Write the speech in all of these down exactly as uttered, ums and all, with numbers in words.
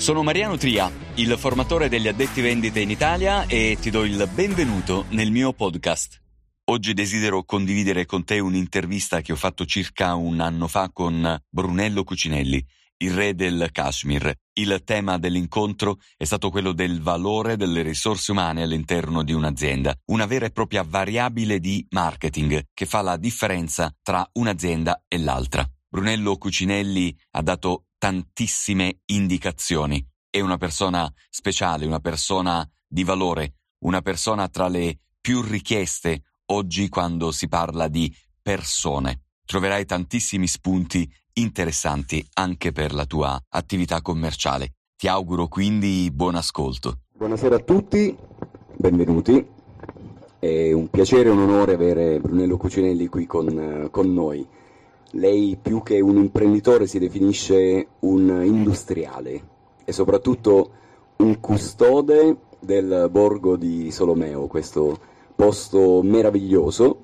Sono Mariano Tria, il formatore degli addetti vendite in Italia e ti do il benvenuto nel mio podcast. Oggi desidero condividere con te un'intervista che ho fatto circa un anno fa con Brunello Cucinelli, il re del Kashmir. Il tema dell'incontro è stato quello del valore delle risorse umane all'interno di un'azienda, una vera e propria variabile di marketing che fa la differenza tra un'azienda e l'altra. Brunello Cucinelli ha dato tantissime indicazioni. È una persona speciale, una persona di valore, una persona tra le più richieste oggi quando si parla di persone. Troverai tantissimi spunti interessanti anche per la tua attività commerciale. Ti auguro quindi buon ascolto. Buonasera a tutti, benvenuti. È un piacere e un onore avere Brunello Cucinelli qui con, con noi. Lei più che un imprenditore si definisce un industriale e soprattutto un custode del borgo di Solomeo, questo posto meraviglioso.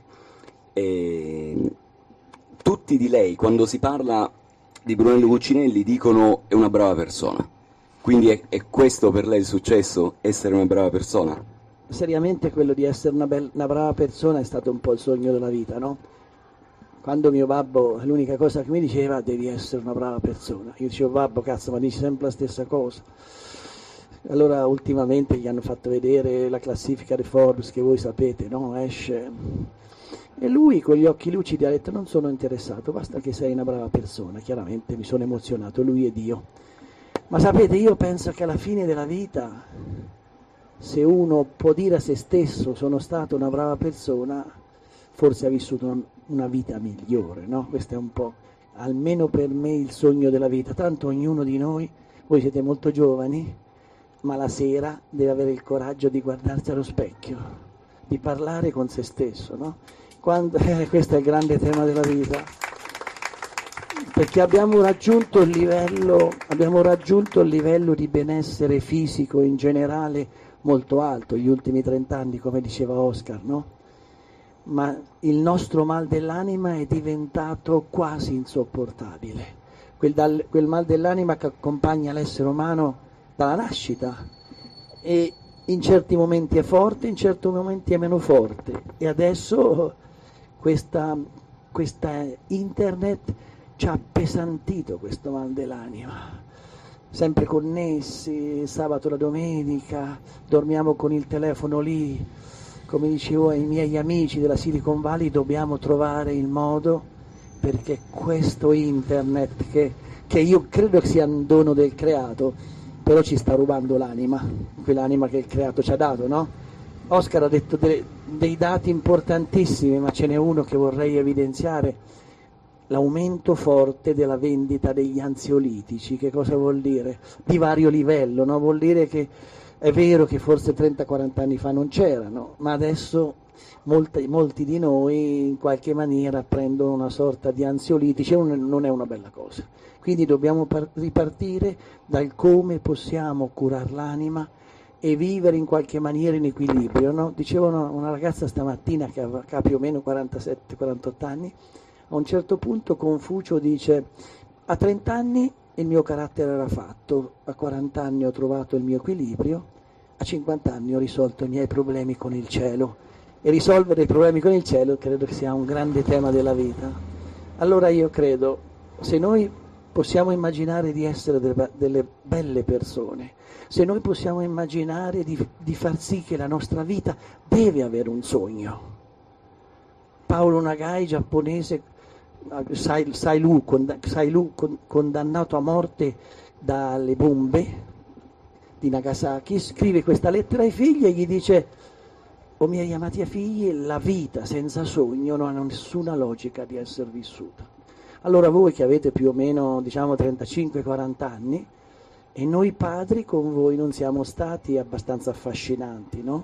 E tutti di lei, quando si parla di Brunello Cucinelli, dicono è una brava persona. Quindi è, è questo per lei il successo, essere una brava persona? Seriamente quello di essere una, be- una brava persona è stato un po' il sogno della vita, no? Quando mio babbo, l'unica cosa che mi diceva, devi essere una brava persona. Io dicevo, babbo, cazzo, ma dici sempre la stessa cosa. Allora ultimamente gli hanno fatto vedere la classifica di Forbes, che voi sapete, no? Esce. E lui con gli occhi lucidi ha detto, non sono interessato, basta che sei una brava persona. Chiaramente mi sono emozionato, lui ed io. Ma sapete, io penso che alla fine della vita, se uno può dire a se stesso, sono stato una brava persona, forse ha vissuto un una vita migliore, no? Questo è un po', almeno per me, il sogno della vita. Tanto ognuno di noi, voi siete molto giovani, ma la sera deve avere il coraggio di guardarsi allo specchio, di parlare con se stesso, no? Quando, eh, questo è il grande tema della vita, perché abbiamo raggiunto il livello, abbiamo raggiunto il livello di benessere fisico in generale molto alto, gli ultimi trent'anni, come diceva Oscar, no? Ma il nostro mal dell'anima è diventato quasi insopportabile, quel, dal, quel mal dell'anima che accompagna l'essere umano dalla nascita e in certi momenti è forte, in certi momenti è meno forte, e adesso questa, questa internet ci ha appesantito questo mal dell'anima, sempre connessi, sabato e la domenica, dormiamo con il telefono lì. Come dicevo ai miei amici della Silicon Valley, dobbiamo trovare il modo, perché questo internet, che, che io credo che sia un dono del creato, però ci sta rubando l'anima, quell'anima che il creato ci ha dato, no? Oscar ha detto dei, dei dati importantissimi, ma ce n'è uno che vorrei evidenziare: l'aumento forte della vendita degli ansiolitici. Che cosa vuol dire? Di vario livello, no? Vuol dire che è vero che forse trenta quaranta anni fa non c'erano, ma adesso molti, molti di noi in qualche maniera prendono una sorta di ansiolitici, non è una bella cosa. Quindi dobbiamo par- ripartire dal come possiamo curare l'anima e vivere in qualche maniera in equilibrio, no? Dicevano una ragazza stamattina che ha, che ha più o meno quarantasette quarantotto anni, a un certo punto Confucio dice: a trenta anni il mio carattere era fatto, a quaranta anni ho trovato il mio equilibrio, a cinquanta anni ho risolto i miei problemi con il cielo. E risolvere i problemi con il cielo credo che sia un grande tema della vita. Allora io credo, se noi possiamo immaginare di essere delle, delle belle persone, se noi possiamo immaginare di, di far sì che la nostra vita deve avere un sogno. Paolo Nagai, giapponese, Sai, Sailu, Sailu condannato a morte dalle bombe di Nagasaki, scrive questa lettera ai figli e gli dice: o miei amati figli, la vita senza sogno non ha nessuna logica di essere vissuta. Allora voi che avete più o meno, diciamo, trentacinque quaranta anni, e noi padri con voi non siamo stati abbastanza affascinanti, no?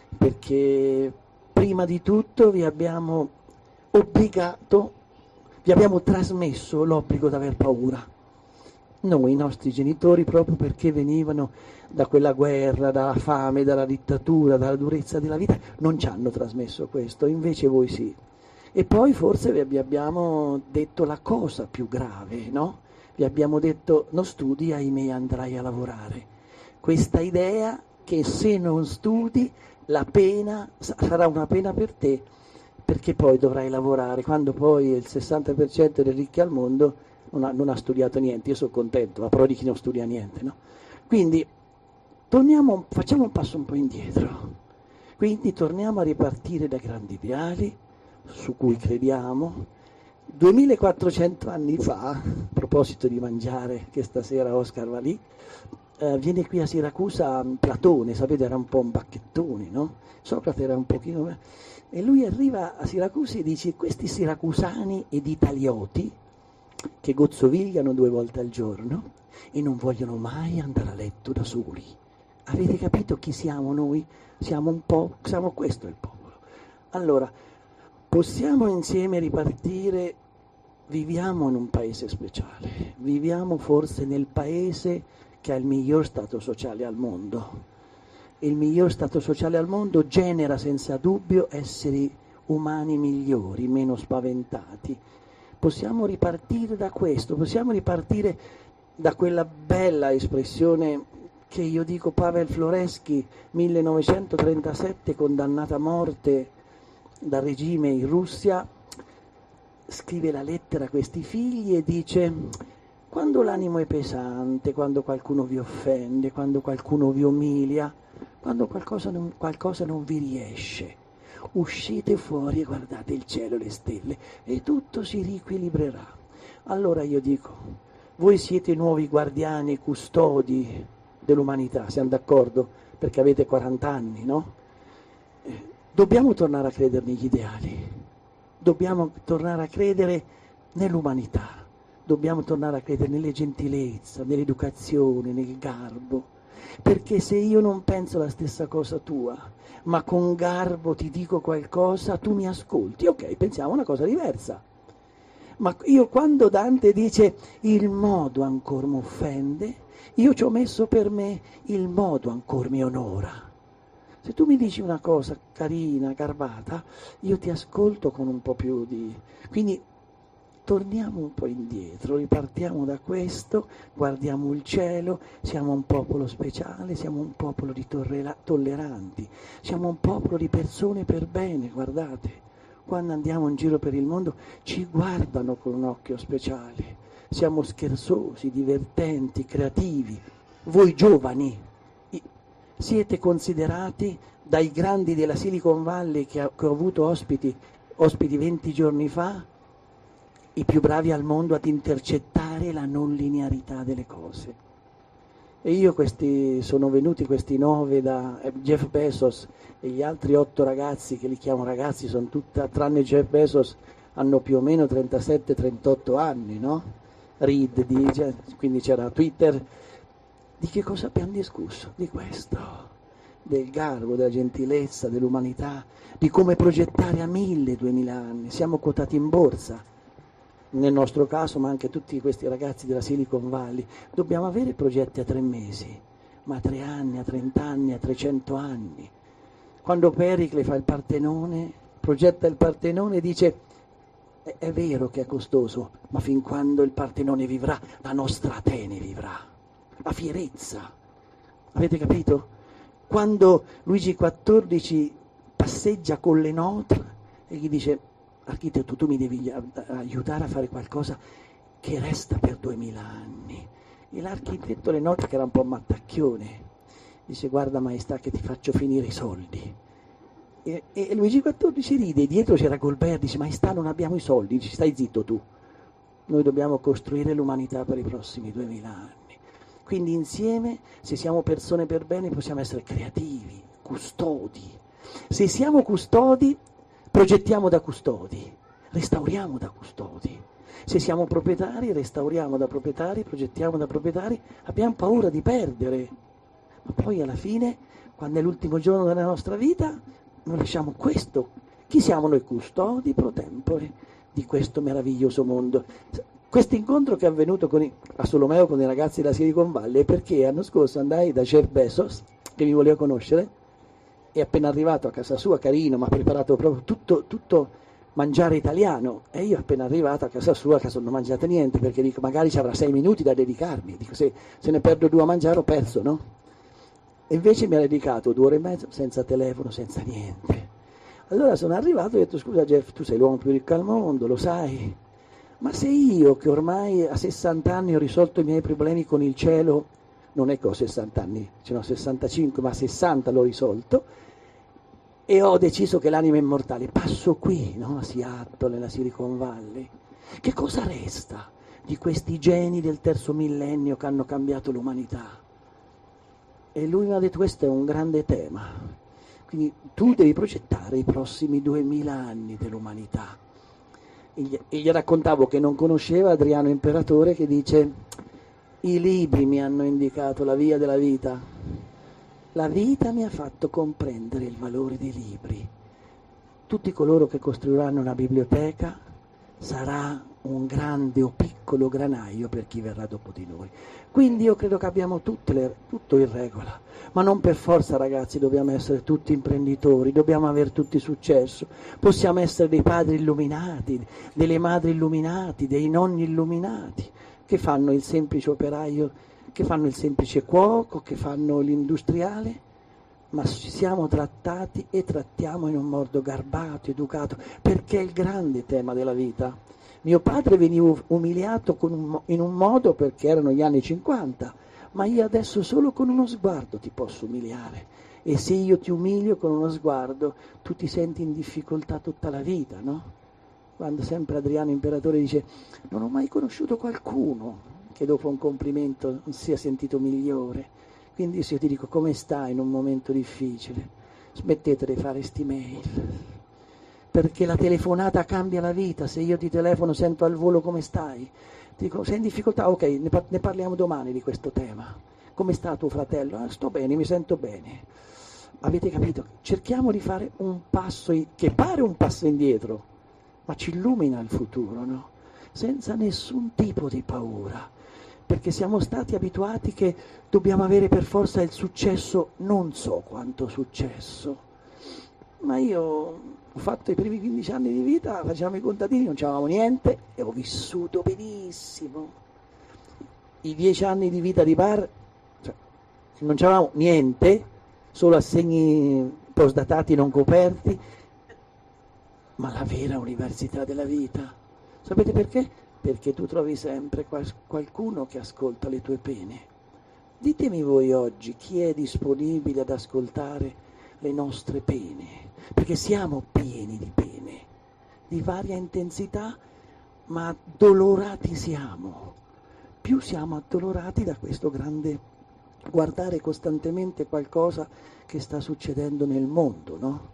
Perché prima di tutto vi abbiamo obbligato, vi abbiamo trasmesso l'obbligo di aver paura. Noi, i nostri genitori, proprio perché venivano da quella guerra, dalla fame, dalla dittatura, dalla durezza della vita, non ci hanno trasmesso questo, invece voi sì. E poi forse vi abbiamo detto la cosa più grave, no? Vi gli abbiamo detto non studi, ahimè andrai a lavorare. Questa idea che se non studi la pena sarà una pena per te, perché poi dovrai lavorare, quando poi il sessanta per cento dei ricchi al mondo non ha, non ha studiato niente. Io sono contento, ma però di chi non studia niente, no? Quindi torniamo, facciamo un passo un po' indietro, quindi torniamo a ripartire da grandi ideali su cui crediamo. duemilaquattrocento anni fa, a proposito di mangiare, che stasera Oscar va lì, eh, viene qui a Siracusa Platone, sapete, era un po' un bacchettone, no? Socrate era un pochino... E lui arriva a Siracusa e dice: questi siracusani ed italioti che gozzovigliano due volte al giorno e non vogliono mai andare a letto da soli. Avete capito chi siamo noi? Siamo un po', siamo questo il popolo. Allora, possiamo insieme ripartire, viviamo in un paese speciale, viviamo forse nel paese che ha il miglior stato sociale al mondo. Il miglior stato sociale al mondo genera senza dubbio esseri umani migliori, meno spaventati. Possiamo ripartire da questo, possiamo ripartire da quella bella espressione che io dico, Pavel Floreschi, millenovecentotrentasette, condannato a morte dal regime in Russia, scrive la lettera a questi figli e dice: quando l'animo è pesante, quando qualcuno vi offende, quando qualcuno vi umilia, quando qualcosa non, qualcosa non vi riesce, uscite fuori e guardate il cielo e le stelle e tutto si riequilibrerà. Allora io dico, voi siete nuovi guardiani e custodi dell'umanità, siamo d'accordo? Perché avete quaranta anni, no? Eh, dobbiamo tornare a credere negli ideali, dobbiamo tornare a credere nell'umanità, dobbiamo tornare a credere nelle gentilezza, nell'educazione, nel garbo, perché se io non penso la stessa cosa tua, ma con garbo ti dico qualcosa, tu mi ascolti, ok, pensiamo una cosa diversa. Ma io quando Dante dice il modo ancor mi offende, io ci ho messo per me il modo ancor mi onora. Se tu mi dici una cosa carina, garbata, io ti ascolto con un po' più di... Quindi torniamo un po' indietro, ripartiamo da questo, guardiamo il cielo, siamo un popolo speciale, siamo un popolo di torrela- tolleranti, siamo un popolo di persone per bene, guardate. Quando andiamo in giro per il mondo ci guardano con un occhio speciale, siamo scherzosi, divertenti, creativi. Voi giovani siete considerati dai grandi della Silicon Valley che, ho, che ho avuto ospiti, ospiti venti giorni fa, i più bravi al mondo ad intercettare la non linearità delle cose. E io questi sono venuti questi nove da Jeff Bezos e gli altri otto ragazzi, che li chiamo ragazzi, sono tutta, tranne Jeff Bezos, hanno più o meno trentasette trentotto anni, no? Reed dice, quindi c'era Twitter. Di che cosa abbiamo discusso? Di questo, del garbo, della gentilezza, dell'umanità, di come progettare a mille, duemila anni. Siamo quotati in borsa, nel nostro caso, ma anche tutti questi ragazzi della Silicon Valley. Dobbiamo avere progetti a tre mesi, ma a tre anni, a trent'anni, a trecento anni. Quando Pericle fa il Partenone, progetta il Partenone e dice è, è vero che è costoso, ma fin quando il Partenone vivrà, la nostra Atene vivrà, la fierezza. Avete capito? Quando Luigi quattordici passeggia con le Notre e gli dice: architetto, tu mi devi aiutare a fare qualcosa che resta per duemila anni. E l'architetto Lenotre, che era un po' mattacchione, dice: guarda maestà che ti faccio finire i soldi. E, e Luigi quattordici ride, dietro c'era Colbert, dice: maestà non abbiamo i soldi. Dice: stai zitto tu, noi dobbiamo costruire l'umanità per i prossimi duemila anni. Quindi insieme, se siamo persone per bene, possiamo essere creativi, custodi. Se siamo custodi, progettiamo da custodi, restauriamo da custodi. Se siamo proprietari, restauriamo da proprietari, progettiamo da proprietari. Abbiamo paura di perdere, ma poi alla fine, quando è l'ultimo giorno della nostra vita, noi lasciamo questo. Chi siamo noi? Custodi pro tempore di questo meraviglioso mondo. Questo incontro che è avvenuto con i, a Solomeo con i ragazzi della Silicon Valley è perché l'anno scorso andai da Jeff Bezos, che mi voleva conoscere, e appena arrivato a casa sua, carino, mi ha preparato proprio tutto, tutto mangiare italiano, e io appena arrivato a casa sua, che non ho mangiato niente, perché dico magari ci avrà sei minuti da dedicarmi, dico se, se ne perdo due a mangiare ho perso, no? E invece mi ha dedicato due ore e mezzo senza telefono, senza niente. Allora sono arrivato e ho detto: scusa Jeff, tu sei l'uomo più ricco al mondo, lo sai, ma se io che ormai a sessanta anni ho risolto i miei problemi con il cielo, non è che ho sessanta anni, ce ne ho sessantacinque, ma a sessanta l'ho risolto, e ho deciso che l'anima è immortale, passo qui, no? A Seattle, nella Silicon Valley, che cosa resta di questi geni del terzo millennio che hanno cambiato l'umanità? E lui mi ha detto: questo è un grande tema, quindi tu devi progettare i prossimi duemila anni dell'umanità. E gli, e gli raccontavo che non conosceva Adriano Imperatore, che dice: i libri mi hanno indicato la via della vita, la vita mi ha fatto comprendere il valore dei libri. Tutti coloro che costruiranno una biblioteca sarà un grande o piccolo granaio per chi verrà dopo di noi. Quindi io credo che abbiamo tutte le, tutto in regola, ma non per forza, ragazzi, dobbiamo essere tutti imprenditori, dobbiamo avere tutti successo. Possiamo essere dei padri illuminati, delle madri illuminati, dei nonni illuminati, che fanno il semplice operaio, che fanno il semplice cuoco, che fanno l'industriale, ma siamo trattati e trattiamo in un modo garbato, educato, perché è il grande tema della vita. Mio padre veniva umiliato con un, in un modo perché erano gli anni cinquanta, ma io adesso solo con uno sguardo ti posso umiliare, e se io ti umilio con uno sguardo tu ti senti in difficoltà tutta la vita, no? Quando sempre Adriano Imperatore dice: non ho mai conosciuto qualcuno che dopo un complimento non sia sentito migliore. Quindi se io ti dico: come stai in un momento difficile, smettete di fare sti mail, perché la telefonata cambia la vita. Se io ti telefono, sento al volo come stai, ti dico: sei in difficoltà? Ok, ne, par- ne parliamo domani di questo tema. Come sta tuo fratello? Ah, sto bene, mi sento bene. Avete capito? Cerchiamo di fare un passo in- che pare un passo indietro, ma ci illumina il futuro, no? Senza nessun tipo di paura, perché siamo stati abituati che dobbiamo avere per forza il successo, non so quanto successo, ma io ho fatto i primi quindici anni di vita, facevamo i contadini, non c'avevamo niente e ho vissuto benissimo. I dieci anni di vita di bar, cioè, non c'avevamo niente, solo assegni postdatati non coperti, ma la vera università della vita, sapete perché? Perché tu trovi sempre qual- qualcuno che ascolta le tue pene. Ditemi voi oggi chi è disponibile ad ascoltare le nostre pene, perché siamo pieni di pene, di varia intensità, ma addolorati siamo. Più siamo addolorati da questo grande guardare costantemente qualcosa che sta succedendo nel mondo, no?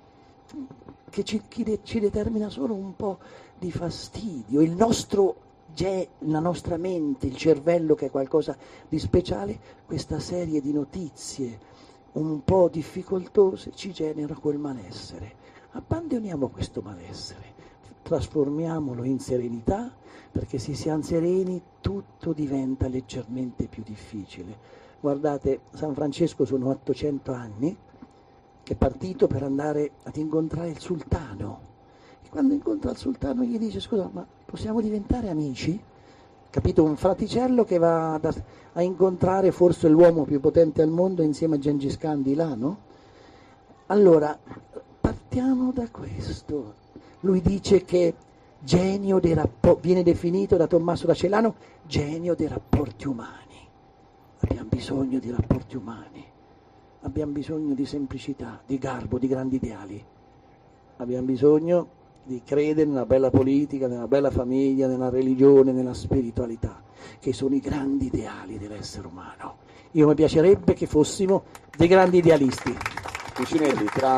Che ci, ci determina solo un po' di fastidio. Il nostro, la nostra mente, il cervello, che è qualcosa di speciale, questa serie di notizie un po' difficoltose ci genera quel malessere. Abbandoniamo questo malessere, trasformiamolo in serenità, perché se siamo sereni tutto diventa leggermente più difficile. Guardate, San Francesco sono ottocento anni che è partito per andare ad incontrare il sultano, e quando incontra il sultano gli dice: scusa, ma possiamo diventare amici? Capito? Un fraticello che va da, a incontrare forse l'uomo più potente al mondo insieme a Gengis Khan di là, no? Allora, partiamo da questo. Lui dice che genio dei rapporti, viene definito da Tommaso da Celano genio dei rapporti umani. Abbiamo bisogno di rapporti umani, abbiamo bisogno di semplicità, di garbo, di grandi ideali. Abbiamo bisogno di credere nella bella politica, nella bella famiglia, nella religione, nella spiritualità, che sono i grandi ideali dell'essere umano. Io mi piacerebbe che fossimo dei grandi idealisti. Cucinelli, tra...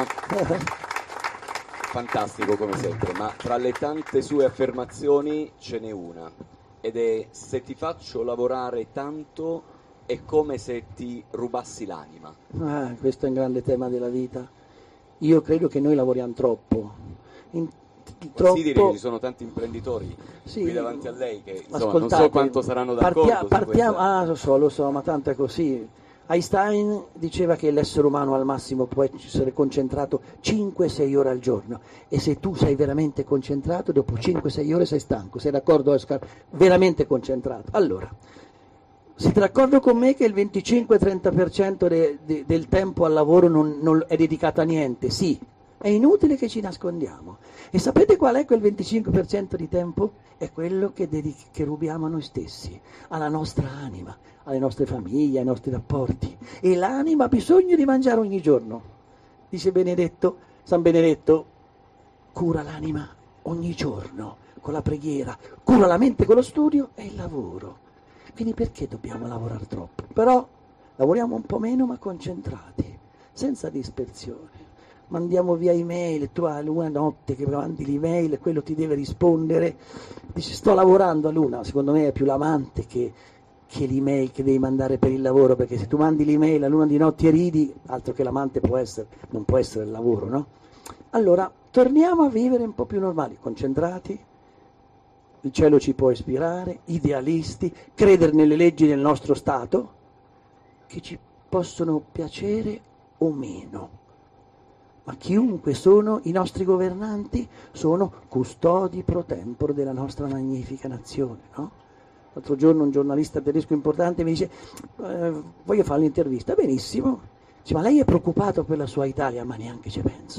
fantastico come sempre, ma tra le tante sue affermazioni ce n'è una, ed è: se ti faccio lavorare tanto è come se ti rubassi l'anima. Ah, questo è un grande tema della vita. Io credo che noi lavoriamo troppo. In, troppo... Consideri che ci sono tanti imprenditori sì, qui davanti a lei che insomma, ascoltate, non so quanto saranno d'accordo partia, partiamo, su questa... ah lo so, lo so, ma tanto è così. Einstein diceva che l'essere umano al massimo può essere concentrato cinque sei ore al giorno, e se tu sei veramente concentrato, dopo cinque sei ore sei stanco. Sei d'accordo, Oscar? Veramente concentrato. Allora, siete d'accordo con me che il venticinque trenta per cento de, de, del tempo al lavoro non, non è dedicato a niente? Sì, è inutile che ci nascondiamo. E sapete qual è quel venticinque per cento di tempo? È quello che, dedichi, che rubiamo a noi stessi, alla nostra anima, alle nostre famiglie, ai nostri rapporti. E l'anima ha bisogno di mangiare ogni giorno. Dice Benedetto, San Benedetto, cura l'anima ogni giorno con la preghiera, cura la mente con lo studio e il lavoro. Quindi perché dobbiamo lavorare troppo? Però lavoriamo un po' meno ma concentrati, senza dispersione. Mandiamo via email, tu hai una notte che mandi l'email e quello ti deve rispondere, dici sto lavorando a luna, secondo me è più l'amante che, che l'email che devi mandare per il lavoro, perché se tu mandi l'email a luna di notte e ridi, altro che l'amante può essere, non può essere il lavoro, no? Allora torniamo a vivere un po' più normali, concentrati, il cielo ci può ispirare, idealisti, credere nelle leggi del nostro Stato, che ci possono piacere o meno. Ma chiunque sono i nostri governanti, sono custodi pro tempore della nostra magnifica nazione, no? L'altro giorno un giornalista tedesco importante mi dice, eh, voglio fare l'intervista, benissimo, dice, ma lei è preoccupato per la sua Italia? Ma neanche ci penso.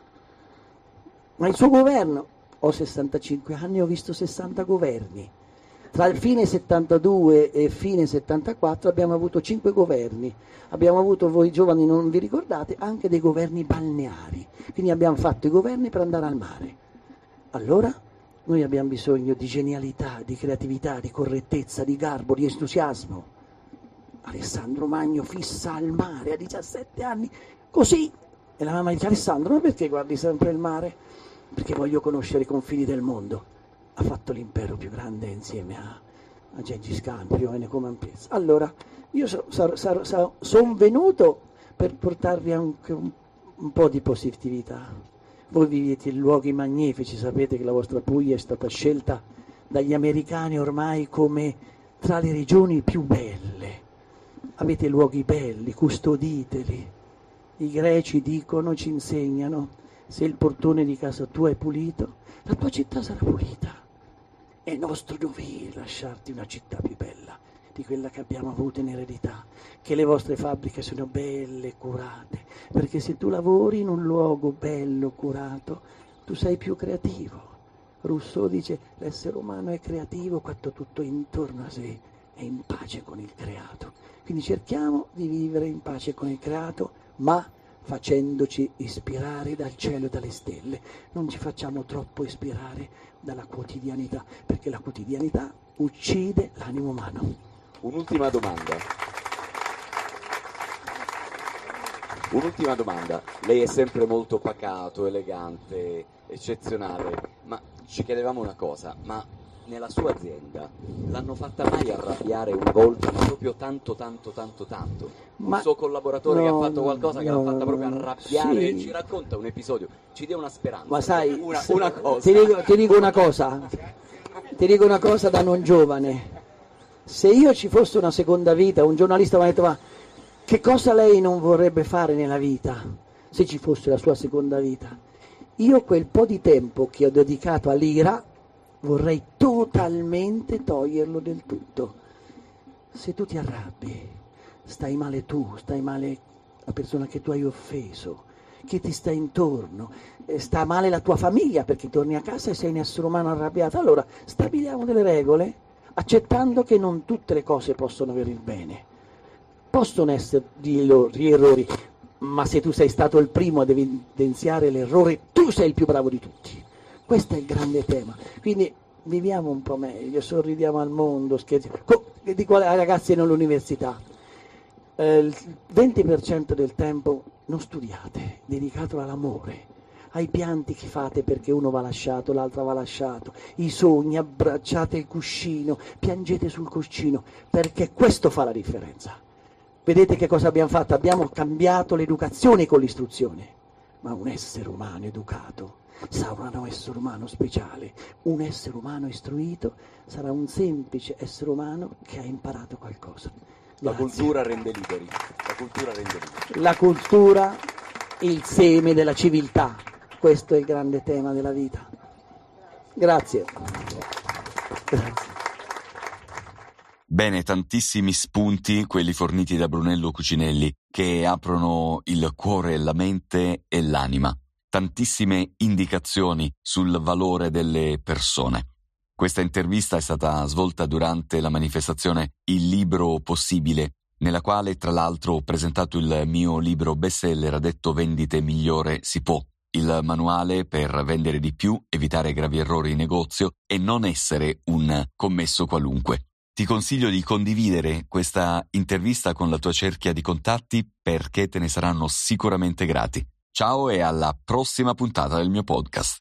Ma il suo governo? Ho sessantacinque anni e ho visto sessanta governi. Tra il fine settantadue e fine settantaquattro abbiamo avuto cinque governi. Abbiamo avuto, voi giovani non vi ricordate, anche dei governi balneari. Quindi abbiamo fatto i governi per andare al mare. Allora noi abbiamo bisogno di genialità, di creatività, di correttezza, di garbo, di entusiasmo. Alessandro Magno fissa al mare a diciassette anni, così. E la mamma dice, Alessandro, ma perché guardi sempre il mare? Perché voglio conoscere i confini del mondo. Ha fatto l'impero più grande insieme a, a Gengis Khan, più o meno come Ampiezza. Allora, io so, so, so, so, sono venuto per portarvi anche un, un po' di positività. Voi vivete in luoghi magnifici, sapete che la vostra Puglia è stata scelta dagli americani ormai come tra le regioni più belle. Avete luoghi belli, custoditeli. I greci dicono, ci insegnano, se il portone di casa tua è pulito, la tua città sarà pulita. È nostro dovere lasciarti una città più bella di quella che abbiamo avuto in eredità, che le vostre fabbriche siano belle, curate, perché se tu lavori in un luogo bello, curato, tu sei più creativo. Rousseau dice, l'essere umano è creativo quando tutto intorno a sé è in pace con il creato. Quindi cerchiamo di vivere in pace con il creato, ma facendoci ispirare dal cielo e dalle stelle. Non ci facciamo troppo ispirare dalla quotidianità, perché la quotidianità uccide l'animo umano. Un'ultima domanda. Un'ultima domanda. Lei è sempre molto pacato, elegante, eccezionale, ma ci chiedevamo una cosa, ma nella sua azienda l'hanno fatta mai arrabbiare una volta, ma proprio tanto, tanto, tanto, tanto? Un ma suo collaboratore no, che ha fatto qualcosa no, che l'ha fatta proprio no, arrabbiare, sì. ci racconta un episodio, ci dia una speranza. Ma sai, una, una cosa. Ti dico, ti dico una cosa, ti dico una cosa da non giovane. Se io ci fosse una seconda vita, un giornalista mi ha detto, ma che cosa lei non vorrebbe fare nella vita se ci fosse la sua seconda vita? Io quel po' di tempo che ho dedicato all'ira vorrei totalmente toglierlo del tutto. Se tu ti arrabbi, stai male tu, stai male la persona che tu hai offeso, che ti sta intorno, sta male la tua famiglia perché torni a casa e sei un essere umano arrabbiato. Allora stabiliamo delle regole, accettando che non tutte le cose possono avere il bene. Possono essere gli errori, ma se tu sei stato il primo ad evidenziare l'errore, tu sei il più bravo di tutti. Questo è il grande tema. Quindi viviamo un po' meglio, sorridiamo al mondo, scherziamo. Dico ai ragazzi nell'università, eh, il venti per cento del tempo non studiate, dedicato all'amore, ai pianti che fate perché uno va lasciato, l'altro va lasciato, i sogni, abbracciate il cuscino, piangete sul cuscino, perché questo fa la differenza. Vedete che cosa abbiamo fatto? Abbiamo cambiato l'educazione con l'istruzione, ma un essere umano educato sarà un essere umano speciale, un essere umano istruito sarà un semplice essere umano che ha imparato qualcosa. La cultura rende liberi. La cultura rende liberi. La cultura, il seme della civiltà. Questo è il grande tema della vita. Grazie. Grazie. Bene, tantissimi spunti, quelli forniti da Brunello Cucinelli, che aprono il cuore, la mente e l'anima. Tantissime indicazioni sul valore delle persone. Questa intervista è stata svolta durante la manifestazione Il Libro Possibile, nella quale tra l'altro ho presentato il mio libro bestseller a detto Vendite migliore si può, il manuale per vendere di più, evitare gravi errori in negozio e non essere un commesso qualunque. Ti consiglio di condividere questa intervista con la tua cerchia di contatti perché te ne saranno sicuramente grati. Ciao e alla prossima puntata del mio podcast.